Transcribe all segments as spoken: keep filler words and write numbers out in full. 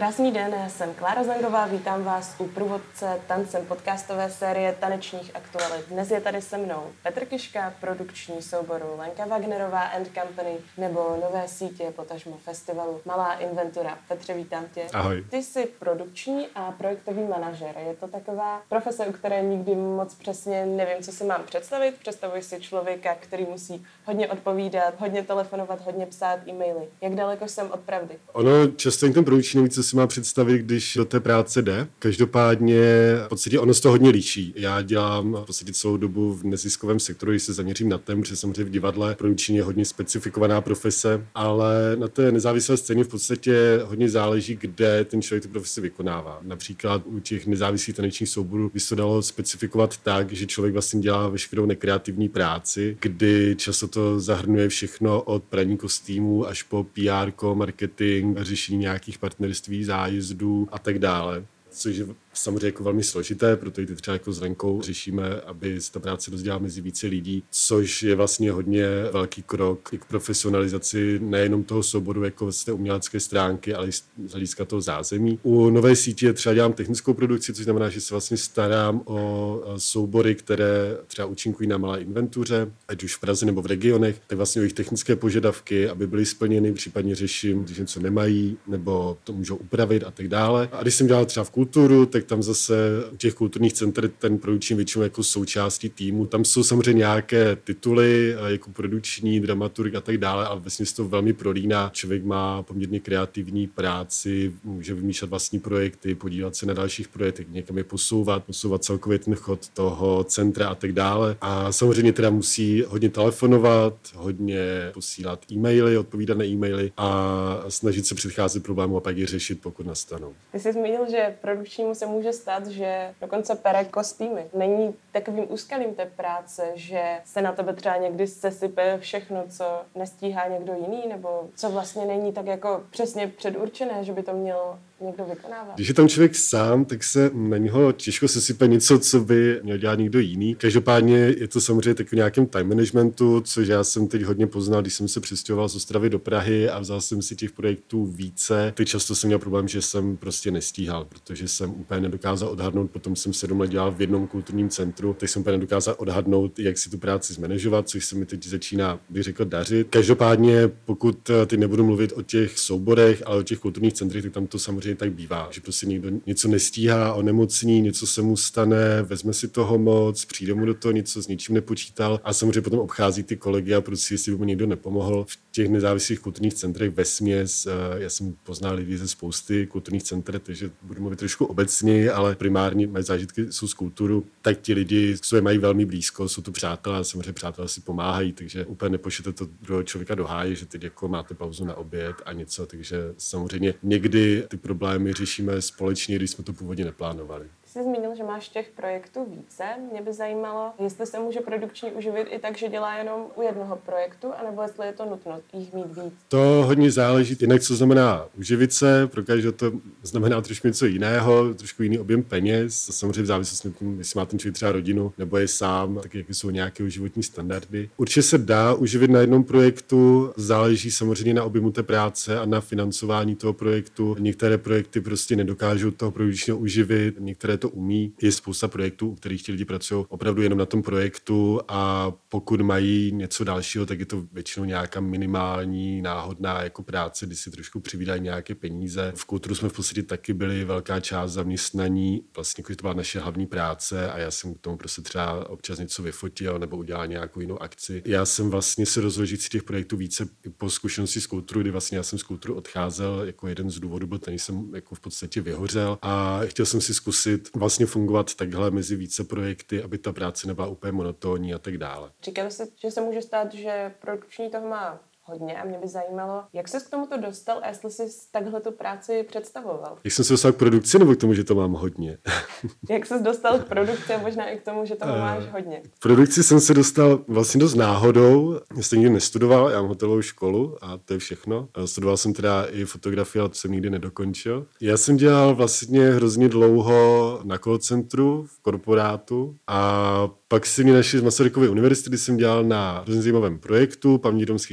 Krásný den, já jsem Klára Zangová, vítám vás u průvodce tancem podcastové série tanečních aktualit. Dnes je tady se mnou Petr Kiška, produkční souboru Lenka Wagnerová and Company nebo nové sítě, potažmo festivalu Malá inventura. Petře, vítám tě. Ahoj. Ty jsi produkční a projektový manažer. Je to taková profese, u které nikdy moc přesně nevím, co si mám představit. Představuji si člověka, který musí hodně odpovídat, hodně telefonovat, hodně psát e-maily. Jak daleko jsem od pravdy? Ono často ten produkční neví, co si má představit, když do té práce jde. Každopádně v podstatě ono z toho hodně liší. Já dělám v podstatě celou dobu v neziskovém sektoru, když se zaměřím na ten, protože samozřejmě v divadle produkční je hodně specifikovaná profese, ale na té nezávislé scéně v podstatě hodně záleží, kde ten člověk tu profesi vykonává. Například u těch nezávislých tanečních souborů by se dalo specifikovat tak, že člověk vlastně dělá veškerou nekreativní práci, kdy často to zahrnuje všechno od praní kostýmů až po P R, marketing, řešení nějakých partnerství, zájezdů a tak dále. Což je samozřejmě jako velmi složité, protože ty třeba jako s Lenkou řešíme, aby se ta práce rozdělala mezi více lidí, což je vlastně hodně velký krok i k profesionalizaci nejenom toho souboru jako z té umělecké stránky, ale i z hlediska toho zázemí. U nové sítě třeba dělám technickou produkci, což znamená, že se vlastně starám o soubory, které třeba účinkují na malé inventuře, ať už v Praze nebo v regionech, tak vlastně o jejich technické požadavky, aby byly splněny, případně řeším, když něco nemají, nebo to můžou upravit a tak dále. A když jsem dělal třeba v kulturu, tak tam zase u těch kulturních center ten produkční většinou jako součástí týmu. Tam jsou samozřejmě nějaké tituly, jako produční, dramaturg a tak dále, ale vlastně se to velmi prolíná. Člověk má poměrně kreativní práci, může vymýšlet vlastní projekty, podívat se na dalších projektech, někam je posouvat, posouvat celkově ten chod toho centra a tak dále. A samozřejmě teda musí hodně telefonovat, hodně posílat e-maily, odpovídat na e-maily a snažit se předcházet problému a pak je řešit, pokud nastanou. Ty jsi zmínil, že produkčnímu se může stát, že dokonce pere kostýmy. Není takovým úskalím té práce, že se na tebe třeba někdy sesype všechno, co nestíhá někdo jiný, nebo co vlastně není tak jako přesně předurčené, že by to měl někdo vykonávat. Když je tam člověk sám, tak se na něho těžko sesype něco, co by měl dělat někdo jiný. Každopádně je to samozřejmě takový nějakým time managementu, což já jsem teď hodně poznal, když jsem se přestěhoval z Ostravy do Prahy a vzal jsem si těch projektů více. Teď často jsem měl problém, že jsem prostě nestíhal, protože jsem úplně nedokázal odhadnout, potom jsem sedm let dělal v jednom kulturním centru, tak jsem úplně nedokázal odhadnout, jak si tu práci zmanažovat, což se mi teď začíná, bych řekl, dařit. Každopádně, pokud teď nebudu mluvit o těch souborech, ale o těch kulturních centrech, tak tam to samozřejmě tak bývá, že prostě někdo něco nestíhá, onemocní, něco se mu stane, vezme si toho moc, přijde mu do toho, něco s ničím nepočítal a samozřejmě potom obchází ty kolegy a prostě jestli by mu někdo nepomohl. V těch nezávislých kulturních centrech vesměs, já jsem poznal lidi ze spousty kulturních center, takže budu mluvit trošku obecně, ale primárně moje zážitky jsou z kulturu, tak ti lidi k sobě mají velmi blízko, jsou to přátelé a samozřejmě přátelé si pomáhají, takže úplně nepošlete to druhého člověka do háje, že teď jako máte pauzu na oběd a něco, takže samozřejmě někdy ty problémy řešíme společně, když jsme to původně neplánovali. Jsi zmínil, že máš těch projektů více. Mě by zajímalo, jestli se může produkční uživit i tak, že dělá jenom u jednoho projektu, anebo jestli je to nutno jich mít víc. To hodně záleží, jinak co znamená uživit se, pro každého to znamená trošku něco jiného, trošku jiný objem peněz. Samozřejmě v závislosti na tom, jestli má ten člověk třeba rodinu, nebo je sám, tak jaké jsou nějaké životní standardy. Určitě se dá uživit na jednom projektu, záleží samozřejmě na objemu té práce a na financování toho projektu. Některé projekty prostě nedokážou toho produkčního uživit, některé to umí. Je spousta projektů, u kterých ti lidi pracují opravdu jenom na tom projektu a pokud mají něco dalšího, tak je to většinou nějaká minimální, náhodná jako práce, kdy si trošku přivídají nějaké peníze. V kulturu jsme v podstatě taky byli velká část zaměstnaní, vlastně jako to byla naše hlavní práce a já jsem k tomu prostě třeba občas něco vyfotil nebo udělal nějakou jinou akci. Já jsem vlastně se rozhodl, že si těch projektů více po zkušenosti z kultury, kdy vlastně já jsem z kultury odcházel, jako jeden z důvodů byl ten, že jsem jako v podstatě vyhořel a chtěl jsem si zkusit vlastně fungovat takhle mezi více projekty, aby ta práce nebyla úplně monotónní a tak dále. Říkal jsi, že se může stát, že produkční toho má hodně a mě by zajímalo, jak ses k tomuto dostal a jestli jsi takhle tu práci představoval. Jak jsem se dostal k produkci nebo k tomu, že to mám hodně? Jak ses dostal k produkci a možná i k tomu, že toho uh, máš hodně? K produkci jsem se dostal vlastně dost náhodou. Já jsem nikdy nestudoval, já mám hotelovou školu a to je všechno. Studoval jsem teda i fotografii, ale to jsem nikdy nedokončil. Já jsem dělal vlastně hrozně dlouho na call centru v korporátu a pak si mě našli z Masarykovy univerzity, kdy jsem dělal na hrozně zajímavém projektu paměti domských dělníků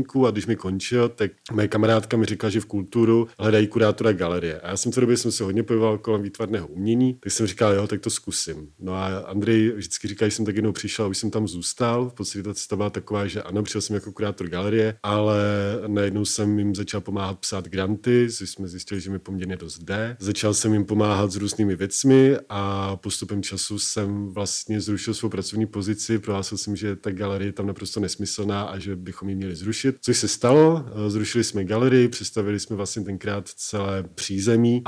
ročníku a když mi končil, tak moje kamarádka mi říkala, že v kulturu hledají kurátora galerie. A já jsem v té době jsem se hodně pohyboval kolem výtvarného umění, tak jsem říkal, jo, tak to zkusím. No a Andrej vždycky říká, že jsem tak jednou přišel a už jsem tam zůstal. V podstatě ta cesta byla taková, že ano, přišel jsem jako kurátor galerie, ale najednou jsem jim začal pomáhat psát granty, což jsme zjistili, že mi poměrně dost jde. Začal jsem jim pomáhat s různými věcmi a postupem času jsem vlastně zrušil svou pracovní pozici, prohlásil jsem, že ta galerie je tam naprosto nesmyslná a že bychom ji měli zrušit. Což se stalo, zrušili jsme galerii, přestavili jsme vlastně tenkrát celé přízemí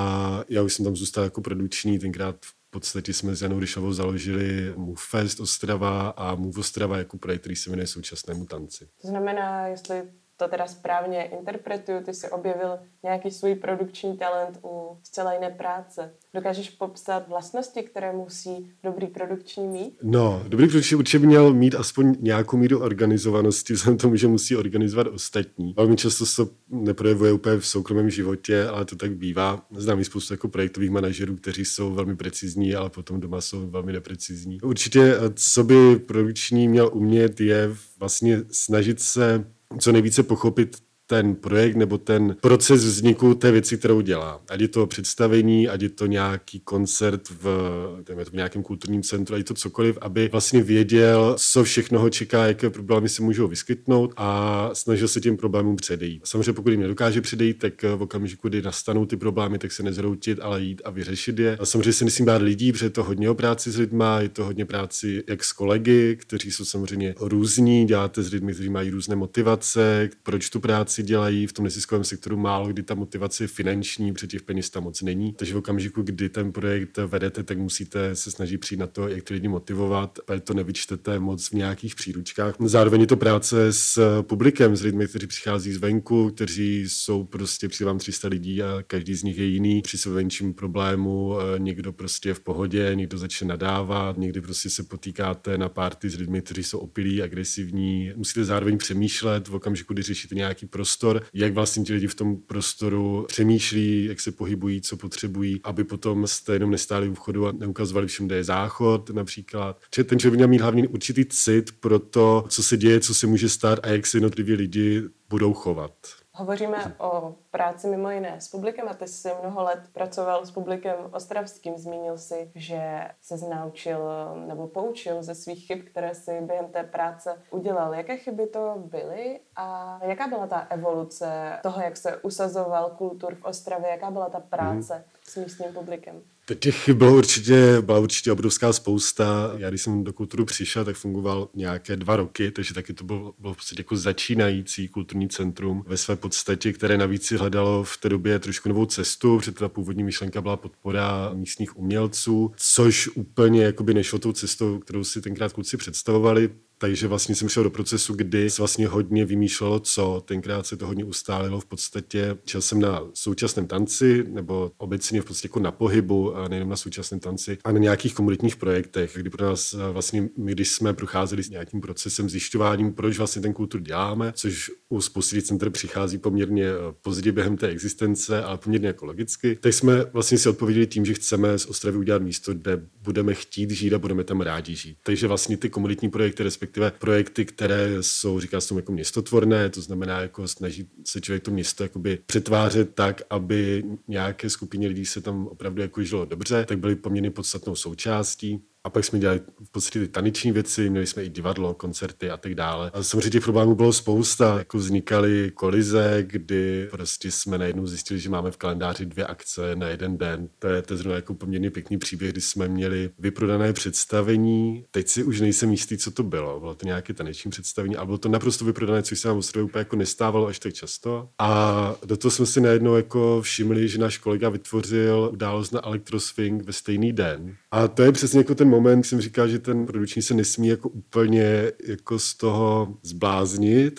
a já už jsem tam zůstal jako produkční, tenkrát v podstatě jsme s Janou Ryšovou založili Move Fest Ostrava a Move Ostrava jako projekt, který se jmenuje Současnému tanci. To znamená, jestli to teda správně interpretuju, ty jsi objevil nějaký svůj produkční talent u zcela jiné práce. Dokážeš popsat vlastnosti, které musí dobrý produkční mít? No, dobrý produkční určitě by měl mít aspoň nějakou míru organizovanosti, vzhledem tomu, že musí organizovat ostatní. Velmi často se neprojevuje úplně v soukromém životě, ale to tak bývá. Znám spoustu jako projektových manažerů, kteří jsou velmi precizní, ale potom doma jsou velmi neprecizní. Určitě, co by produkční měl umět, je vlastně snažit se co nejvíce pochopit ten projekt nebo ten proces vzniku té věci, kterou dělá. Ať je to představení, ať je to nějaký koncert v, v nějakém kulturním centru, ať je to cokoliv, aby vlastně věděl, co všechno ho čeká, jaké problémy se můžou vyskytnout a snažil se těm problémům předejít. Samozřejmě pokud jim nedokáže předejít, tak v okamžiku, kdy nastanou ty problémy, tak se nezhroutit, ale jít a vyřešit je. A samozřejmě se nesmím bát lidí, protože je to hodně o práci s lidma, je to hodně práci jak s kolegy, kteří jsou samozřejmě různí, děláte s lidmi, kteří mají různé motivace, proč tu práci dělají v tom neziskovém sektoru, málo kdy ta motivace finanční, protože těch peněz tam moc není. Takže v okamžiku, kdy ten projekt vedete, tak musíte se snažit přijít na to, jak ty lidi motivovat, ale to nevyčtete moc v nějakých příručkách. Zároveň je to práce s publikem, s lidmi, kteří přichází zvenku, kteří jsou prostě, přijde vám tři sta lidí a každý z nich je jiný. Při menším problému někdo prostě je v pohodě, někdo začne nadávat, někdy prostě se potýkáte na party s lidmi, kteří jsou opilí, agresivní. Musíte zároveň přemýšlet v okamžiku, kdy řešíte nějaký prostor, jak vlastně ti lidi v tom prostoru přemýšlí, jak se pohybují, co potřebují, aby potom jste jenom nestáli u vchodu a neukazovali všem, kde je záchod například. Čiže ten člověk měl mít hlavně určitý cit pro to, co se děje, co se může stát a jak se jednotliví lidi budou chovat. Hovoříme o práci mimo jiné s publikem a ty jsi mnoho let pracoval s publikem ostravským. Zmínil si, že se naučil nebo poučil ze svých chyb, které si během té práce udělal. Jaké chyby to byly a jaká byla ta evoluce toho, jak se usazoval kultur v Ostravě, jaká byla ta práce mm. s místním publikem? Těch chyb bylo určitě, byla určitě obrovská spousta. Já když jsem do kulturu přišel, tak fungoval nějaké dva roky, takže taky to bylo, bylo v podstatě jako začínající kulturní centrum ve své podstatě, které navíc si hledalo v té době trošku novou cestu, protože ta původní myšlenka byla podpora místních umělců, což úplně jakoby nešlo tou cestou, kterou si tenkrát kluci představovali. Takže vlastně jsem šel do procesu, kdy se vlastně hodně vymýšlelo, co. Tenkrát se to hodně ustálilo v podstatě. Čel jsem na současném tanci, nebo obecně v podstatě jako na pohybu, a nejenom na současném tanci, a na nějakých komunitních projektech, kdy pro nás vlastně my, když jsme procházeli s nějakým procesem zjišťováním, proč vlastně ten kultur děláme, což u spousty center přichází poměrně pozdě během té existence, ale poměrně jako logicky, tak jsme vlastně si odpověděli tím, že chceme z Ostravy udělat místo, kde budeme chtít žít a budeme tam rádi žít. Takže vlastně ty komunitní projekty, respektive projekty, které jsou, říká se tomu jako městotvorné, to znamená, jako snaží se člověk to město jakoby přetvářet tak, aby nějaké skupině lidí se tam opravdu jako žilo dobře, tak byly poměrně podstatnou součástí. A pak jsme dělali v podstatě ty taneční věci, měli jsme i divadlo, koncerty a tak dále. A samozřejmě těch problémů bylo spousta, jako vznikaly kolize, kdy prostě jsme najednou zjistili, že máme v kalendáři dvě akce na jeden den. To je, to je zrovna jako poměrně pěkný příběh, kdy jsme měli vyprodané představení. Teď si už nejsem jistý, co to bylo. Bylo to nějaké taneční představení, ale bylo to naprosto vyprodané, což se nám v Ostravě úplně jako nestávalo až tak často. A do toho jsme si najednou jako všimli, že náš kolega vytvořil událost na Electroswing ve stejný den. A to je přesně jako ten moment, jsem říkal, že ten produční se nesmí jako úplně jako z toho zbláznit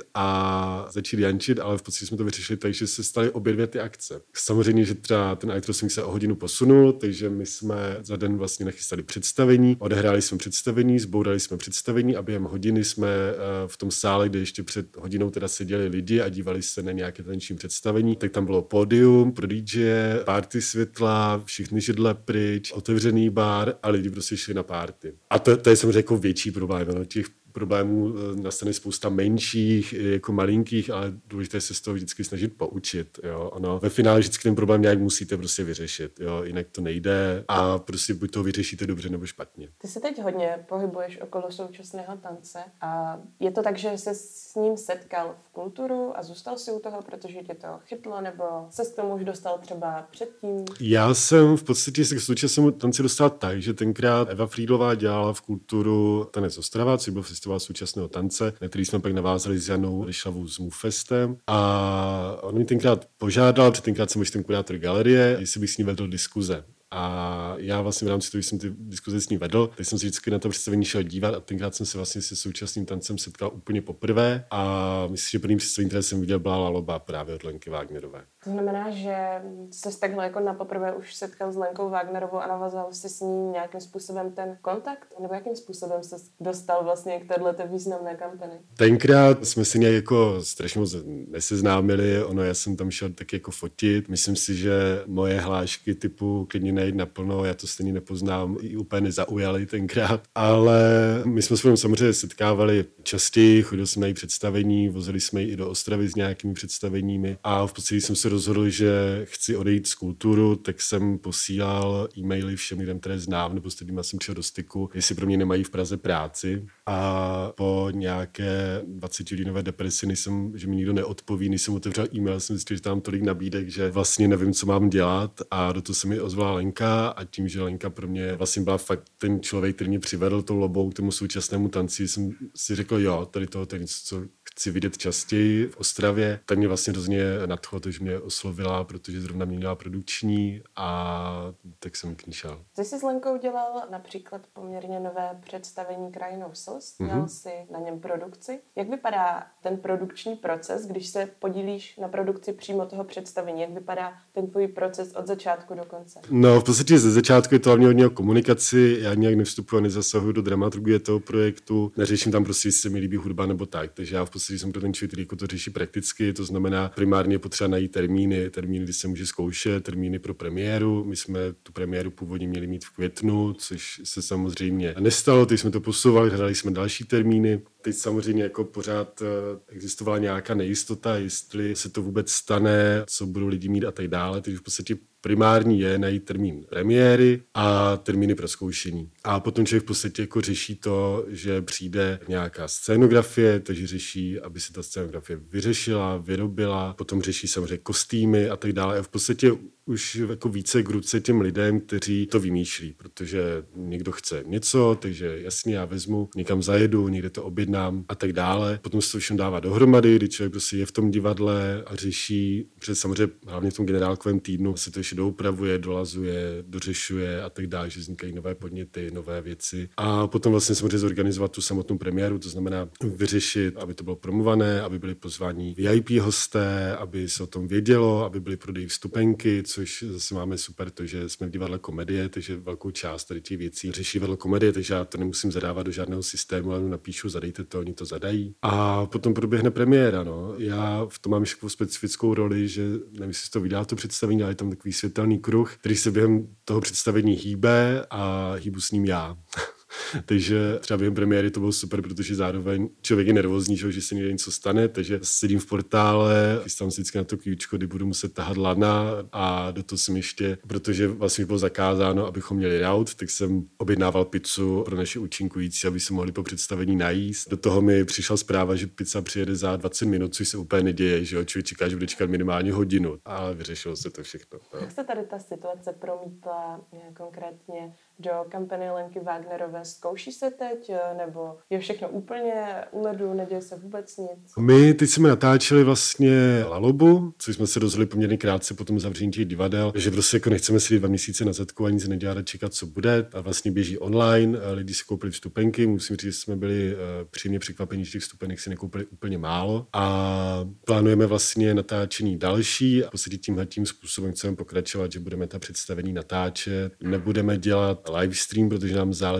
a začít jančit, ale v podstatě jsme to vyřešili tak, že se staly obě dvě ty akce. Samozřejmě, že třeba ten Electroswing se o hodinu posunul, takže my jsme za den vlastně nachystali představení, odehráli jsme představení, zbourali jsme představení a během hodiny jsme v tom sále, kde ještě před hodinou teda seděli lidi a dívali se na nějaké taneční představení, tak tam bylo pódium pro dý džeje, party světla, všechny židle pryč, otevřený bar a lidi prostě šli na party. A to, to je samozřejmě jako větší problém. No. Těch problémů nastane spousta menších, jako malinkých, ale důležité se z toho vždycky snažit poučit. Jo. Ono, ve finále vždycky ten problém nějak musíte prostě vyřešit, jo. Jinak to nejde a prostě buď to vyřešíte dobře nebo špatně. Ty se teď hodně pohybuješ okolo současného tance a je to tak, že jsi s ním setkal v kulturu a zůstal si u toho, protože tě to chytlo, nebo se k tomu už dostal třeba předtím? Já jsem v podstatě se k současnému tanci dostal tak, že tenkrát Eva Friedlová dělala v kulturu Tanec Ostrava, což byl festival současného tance, na který jsme pak navázali s Janou Ryšlavou s Mufestem. A on mi tenkrát požádal, protože tenkrát jsem už ten kurátor galerie, jestli bych s ní vedl diskuze. A já vlastně v rámci toho, když jsem ty diskuze s ní vedl, tak jsem si vždycky na to představení šel dívat a tenkrát jsem se vlastně se současným tancem setkal úplně poprvé a myslím, že prvním představení, které jsem viděl, byla Laloba právě od Lenky Wagnerové. To znamená, že jsi takhle jako na poprvé už setkal s Lenkou Wagnerovou a navázal jsi s ní nějakým způsobem ten kontakt? Nebo jakým způsobem se dostal vlastně k této významné kampani? Tenkrát jsme se nějak jako strašně moc neseznámili, ono já jsem tam šel tak jako fotit. Myslím si, že moje hlášky typu klidně nejít naplno, já to stejně nepoznám, i úplně nezaujali tenkrát, ale my jsme se samozřejmě setkávali častěji, chodil jsem na její představení, vozili jsme ji i do Ostravy s nějakými představeními a v podstatě jsem se rozhodl, že chci odejít z kulturu, tak jsem posílal e-maily všem lidem, které znám, nebo s kterými jsem přišel do styku, jestli pro mě nemají v Praze práci. A po nějaké dvacetihodinové depresi, než jsem, že mi nikdo neodpoví, než jsem otevřel e-mail, jsem zjistil, že tam tolik nabídek, že vlastně nevím, co mám dělat a do toho se mi ozvala Lenka a tím, že Lenka pro mě vlastně byla fakt ten člověk, který mě přivedl tou lobou k tomu současnému tanci, jsem si řekl, jo, tady toho je něco, co chci vidět častěji v Ostravě, tak mě vlastně hrozně nadchlo, takže mě oslovila, protože zrovna mě měla produkční a tak jsem k ní šel. Ty jsi s Lenkou dělal například poměrně nové představení Krajinou slz, měl mm-hmm. jsi na něm produkci. Jak vypadá ten produkční proces, když se podílíš na produkci přímo toho představení? Jak vypadá ten tvůj proces od začátku do konce? No, v podstatě ze začátku je to hlavně hodně o komunikaci, já nějak nevstupuji a nezasahuji do dramaturgie toho projektu, neřeším tam prostě, jestli se mi líbí hudba nebo tak, takže já v podstatě jsem pro ten člověk, který jako to řeší prakticky, to znamená primárně potřeba najít termíny, termíny, kdy se může zkoušet, termíny pro premiéru. My jsme tu premiéru původně měli mít v květnu, což se samozřejmě nestalo, teď jsme to posouvali, hledali jsme další termíny. Teď samozřejmě jako pořád existovala nějaká nejistota, jestli se to vůbec stane, co budou lidi mít a tak dále, takže v podstatě primární je najít termín premiéry a termíny pro zkoušení. A potom člověk v podstatě jako řeší to, že přijde nějaká scénografie, takže řeší, aby se ta scénografie vyřešila, vyrobila, potom řeší samozřejmě kostýmy a tak dále. A v podstatě už jako více k ruce těm lidem, kteří to vymýšlí, protože někdo chce něco, takže jasně, já vezmu, někam zajedu, někde to objednám a tak dále. Potom se to všem dává dohromady, kdy člověk prostě je v tom divadle a řeší, protože samozřejmě hlavně v tom generálkovém týdnu se to ještě doupravuje, dolazuje, dořešuje a tak dále, že vznikají nové podněty, nové věci. A potom vlastně samozřejmě zorganizovat tu samotnou premiéru, to znamená vyřešit, aby to bylo promované, aby byli pozváni V I P hosté, aby se o tom vědělo, aby byly prodeji vstupenky, což zase máme super to, že jsme v divadle komedie, takže velkou část tady těch věcí řeší divadlo komedie, takže já to nemusím zadávat do žádného systému, ale napíšu, zadejte to, oni to zadají. A potom proběhne premiéra, no. Já v tom mám ještě specifickou roli, že nevím, jestli to vydá to představení, ale je tam takový světelný kruh, který se během toho představení hýbe a hýbu s ním já. Takže třeba během premiéry to bylo super, protože zároveň člověk je nervózní, že se někde něco stane, takže sedím v portále, chystám si vždycky na to klíčko, kdy budu muset tahat lana a do toho jsem ještě, protože vlastně bylo zakázáno, abychom měli raut, tak jsem objednával pizzu pro naše účinkující, aby se mohli po představení najíst. Do toho mi přišla zpráva, že pizza přijede za dvacet minut, což se úplně neděje, že jo, člověk čeká, že bude čekat minimálně hodinu, ale vyřešilo se to všechno. No. Jak se tady ta situace promítla konkrétně do kampany Lenky Wagnerové? Zkouší se teď, nebo je všechno úplně u ledu, neděje se vůbec nic? My teď jsme natáčeli vlastně Lalobu, což jsme se rozhodli poměrně krátce po tom zavření těch divadel, že prostě jako nechceme sedět dva měsíce na zadku a nic nedělat a čekat, co bude. A vlastně běží online, lidi si koupili vstupenky, musím říct, že jsme byli příjemně překvapení, že těch vstupenek si nekoupili úplně málo. A plánujeme vlastně natáčení další a v podstatě tímhle tím způsobem chceme pokračovat, že budeme ta představení natáčet. Nebudeme dělat live stream, protože nám záleží na nějak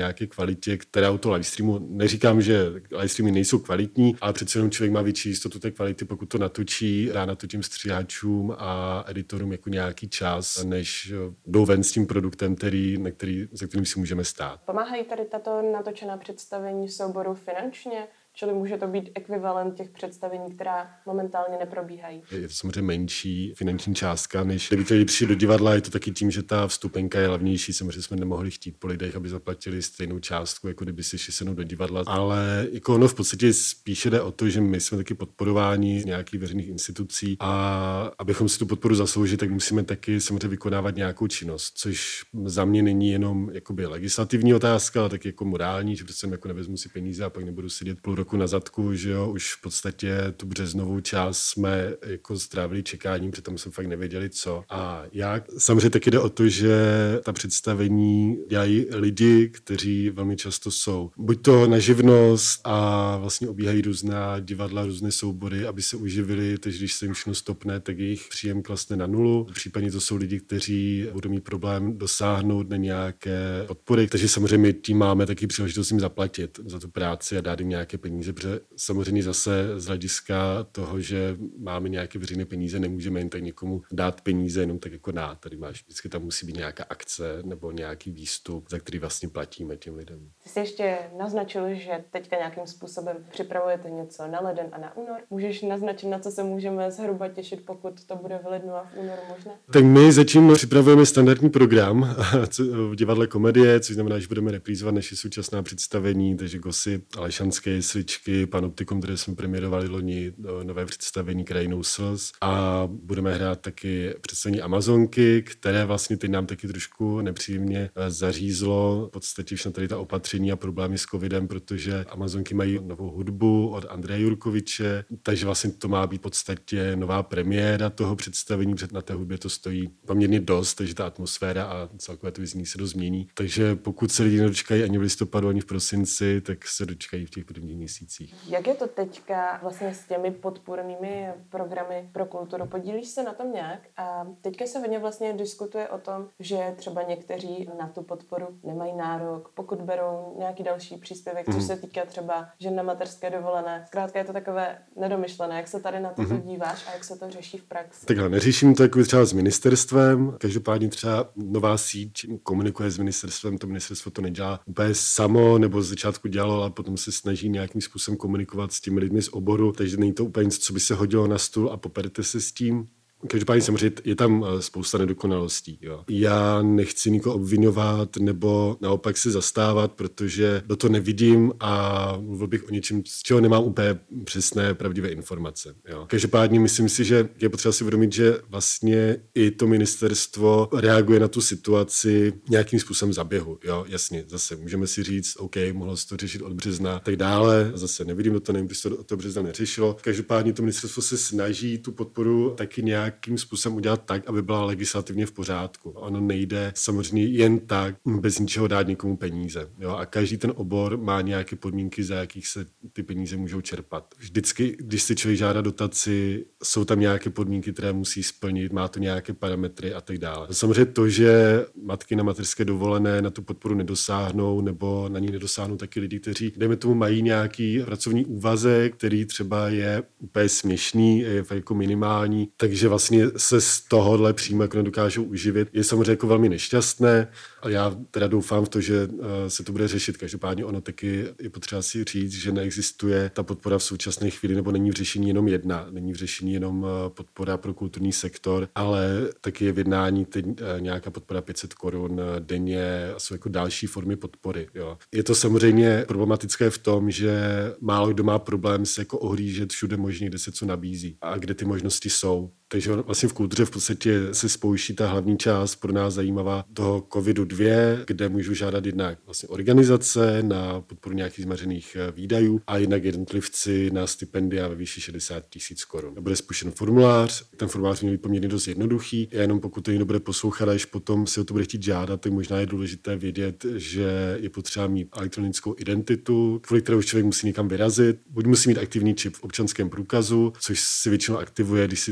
nějaké kvalitě, která u toho livestreamu, neříkám, že livestreamy nejsou kvalitní, ale přece jenom člověk má větší jistotu té kvality, pokud to natočí, dá na to těm stříhačům a editorům jako nějaký čas, než jdou ven s tím produktem, který, na který, za kterým si můžeme stát. Pomáhají tady tato natočená představení souboru finančně? Čili může to být ekvivalent těch představení, která momentálně neprobíhají. Je to samozřejmě menší finanční částka, než kdyby chtěli přijít do divadla. Je to taky tím, že ta vstupenka je levnější. Samozřejmě jsme nemohli chtít po lidech, aby zaplatili stejnou částku, jako kdyby si šli sednout do divadla. Ale jako ono v podstatě spíše jde o to, že my jsme taky podporováni z nějakých veřejných institucí a abychom si tu podporu zasloužili, tak musíme taky samozřejmě vykonávat nějakou činnost, což za mě není jenom jakoby legislativní otázka, ale taky jako morální, že prostě jako nevezmu si peníze a pak nebudu sedět půl roku na zadku, že jo, už v podstatě tu březnovou část jsme jako strávili čekáním, přitom jsme fakt nevěděli co a jak. Samozřejmě taky jde o to, že ta představení dělají lidi, kteří velmi často jsou buď to na živnost a vlastně obíhají různá divadla, různé soubory, aby se uživili, takže když se jim všechno stopne, tak jejich příjem klesne na nulu. Případně to jsou lidi, kteří budou mít problém dosáhnout na nějaké podpory, takže samozřejmě my tím máme taky příležitost jim zaplatit za tu práci a dát jim nějaké peníze, protože samozřejmě zase z hlediska toho, že máme nějaké veřejné peníze, nemůžeme jen tak někomu dát peníze jenom tak jako dát. Tady máš, vždycky tam musí být nějaká akce nebo nějaký výstup, za který vlastně platíme těm lidem. Ty jsi ještě naznačil, že teďka nějakým způsobem připravujete něco na leden a na únor. Můžeš naznačit, na co se můžeme zhruba těšit, pokud to bude v lednu a v únoru možné? Tak my zatím připravujeme standardní program v divadle Komedie, což znamená, že budeme reprízovat naše současná představení, takže Gosy, Alešanské jesličky, Panoptikum, které jsme premiérovali loni, nové představení Krajinou slz a budeme hrát taky představení Amazonky, které vlastně teď nám taky trošku nepříjemně zařízlo v podstatě všechny tady ta opatření a problémy s covidem, protože Amazonky mají novou hudbu od Andreje Jurkoviče, takže vlastně to má být v podstatě nová premiéra toho představení, před na té hudbě to stojí poměrně dost, takže ta atmosféra a celkové to vyznění se dost změní. Takže pokud se lidi nedočkají ani v listopadu, ani v prosinci, tak se dočkají v těch prvních měsících. Jak je to teďka vlastně s těmi podpůrnými programy pro kulturu? Podílíš se na tom nějak? A teďka se hodně vlastně diskutuje o tom, že třeba někteří na tu podporu nemají nárok, pokud berou nějaký další příspěvek, což se týká třeba žen na mateřské dovolené. Zkrátka je to takové nedomyšlené. Jak se tady na to mm-hmm. díváš a jak se to řeší v praxi? Takhle, neřeším to jako třeba s ministerstvem. Každopádně třeba nová síť komunikuje s ministerstvem, to ministerstvo to nedělá úplně samo, nebo z začátku dělalo, ale potom se snaží nějakým způsobem komunikovat s těmi lidmi z oboru, takže není to úplně něco, co by se hodilo na stůl a poperte se s tím. Každopádně samozřejmě je tam spousta nedokonalostí. Jo. Já nechci nikoho obvinovat nebo naopak se zastávat, protože do toho nevidím a mluvil bych o něčem, z čeho nemám úplně přesné pravdivé informace. Jo. Každopádně myslím si, že je potřeba si uvědomit, že vlastně i to ministerstvo reaguje na tu situaci nějakým způsobem zaběhu. Jo. Jasně, zase můžeme si říct, OK, mohlo se to řešit od března a tak dále. Zase nevidím do toho, nevím, proč to od toho března neřešilo. Každopádně to ministerstvo se snaží tu podporu taky nějak jakým způsobem udělat tak, aby byla legislativně v pořádku. Ono nejde samozřejmě jen tak bez ničeho dát někomu peníze. Jo? A každý ten obor má nějaké podmínky, za jakých se ty peníze můžou čerpat. Vždycky, když si člověk žádá dotaci, jsou tam nějaké podmínky, které musí splnit, má to nějaké parametry a tak dále. Samozřejmě to, že matky na mateřské dovolené na tu podporu nedosáhnou, nebo na ní nedosáhnou taky lidi, kteří, dejme tomu, mají nějaký pracovní úvazek, který třeba je úplně směšný, je jako minimální, takže vlastně se z tohohle přímo jako nedokážou uživit. Je samozřejmě jako velmi nešťastné, ale já teda doufám v to, že uh, se to bude řešit. Každopádně ono taky je potřeba si říct, že neexistuje ta podpora v současné chvíli, nebo není v řešení jenom jedna, není v řešení jenom uh, podpora pro kulturní sektor, ale taky je v jednání teď uh, nějaká podpora pět set korun uh, denně a jsou jako další formy podpory. Jo. Je to samozřejmě problematické v tom, že málo kdo má problém se jako ohlížet všude možně, kde se co nabízí a kde ty možnosti jsou. Takže vlastně v kultuře v podstatě se spouští ta hlavní část pro nás zajímavá toho covidu dva, kde můžu žádat jednak vlastně organizace na podporu nějakých zmařených výdajů a jednak jednotlivci na stipendia ve výši šedesát tisíc korun. Bude spuštěn formulář, ten formulář měl být poměrně dost jednoduchý, jenom pokud to někdo bude poslouchat, až potom si o to bude chtít žádat, tak možná je důležité vědět, že je potřeba mít elektronickou identitu, kvůli které už člověk musí někam vyrazit, buď musí mít aktivní čip v občanském průkazu, což si většinou aktivuje, když si ten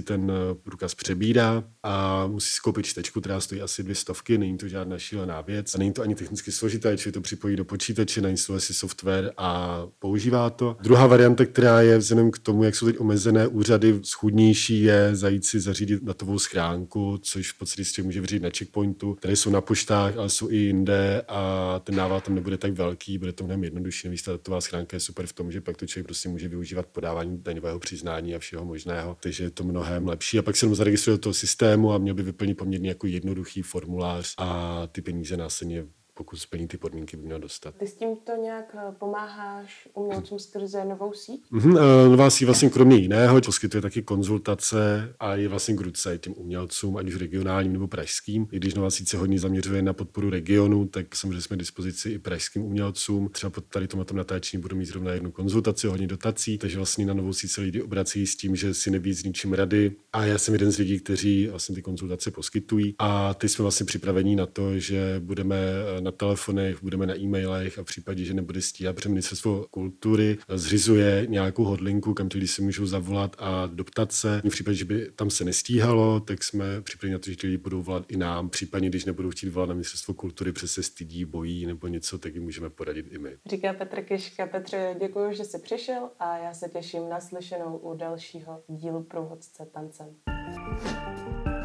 průkaz přebírá a musí si koupit čtečku, která stojí asi dvě stovky, není to žádná šílená věc a není to ani technicky složité, čili to připojí do počítače, nainstaluje si software a používá to. Druhá varianta, která je vzhledem k tomu, jak jsou teď omezené úřady, schůdnější, je zajít si zařídit datovou schránku, což v podstatě si může vyřídit na checkpointu, které jsou na poštách, ale jsou i jinde a ten nával tam nebude tak velký, bude to mnohem jednodušší. Navíc ta datová schránka je super v tom, že pak to člověk prostě může využívat podávání daňového přiznání a všeho možného, takže je to mnohem lepší. A pak se jenom zaregistruje do toho systému a měl by vyplnit poměrně jako jednoduchý formulář a ty peníze následně, pokud splní ty podmínky, by měl dostat. Ty s tímto nějak pomáháš umělcům skrze novou síť? Mm-hmm, nová síť vlastně kromě jiného poskytuje taky konzultace a je vlastně k ruce těm umělcům, ať už regionálním nebo pražským. I když nová síť se hodně zaměřuje na podporu regionu, tak samozřejmě jsme k dispozici i pražským umělcům. Třeba pod tady tomhle natáčení budu mít zrovna jednu konzultaci, hodně dotací, takže vlastně na novou síť se lidi obrací s tím, že si neví s ničím rady. A já jsem jeden z lidí, kteří vlastně ty konzultace poskytují. A teď jsme vlastně připraveni na to, že budeme na telefonech, budeme na e-mailech a v případě, že nebude stíhat, protože Ministerstvo kultury zřizuje nějakou hotline, kam ti lidi si můžou zavolat a doptat se. V případě, že by tam se nestíhalo, tak jsme připraveni na to, že ti lidi budou volat i nám. Případně, když nebudou chtít volat na Ministerstvo kultury, protože se stydí, bojí nebo něco, tak jim můžeme poradit i my. Říká Petr Kiška. Petře, děkuji, že jsi přišel a já se těším na slyšenou u dalšího dílu Průvodce tancem.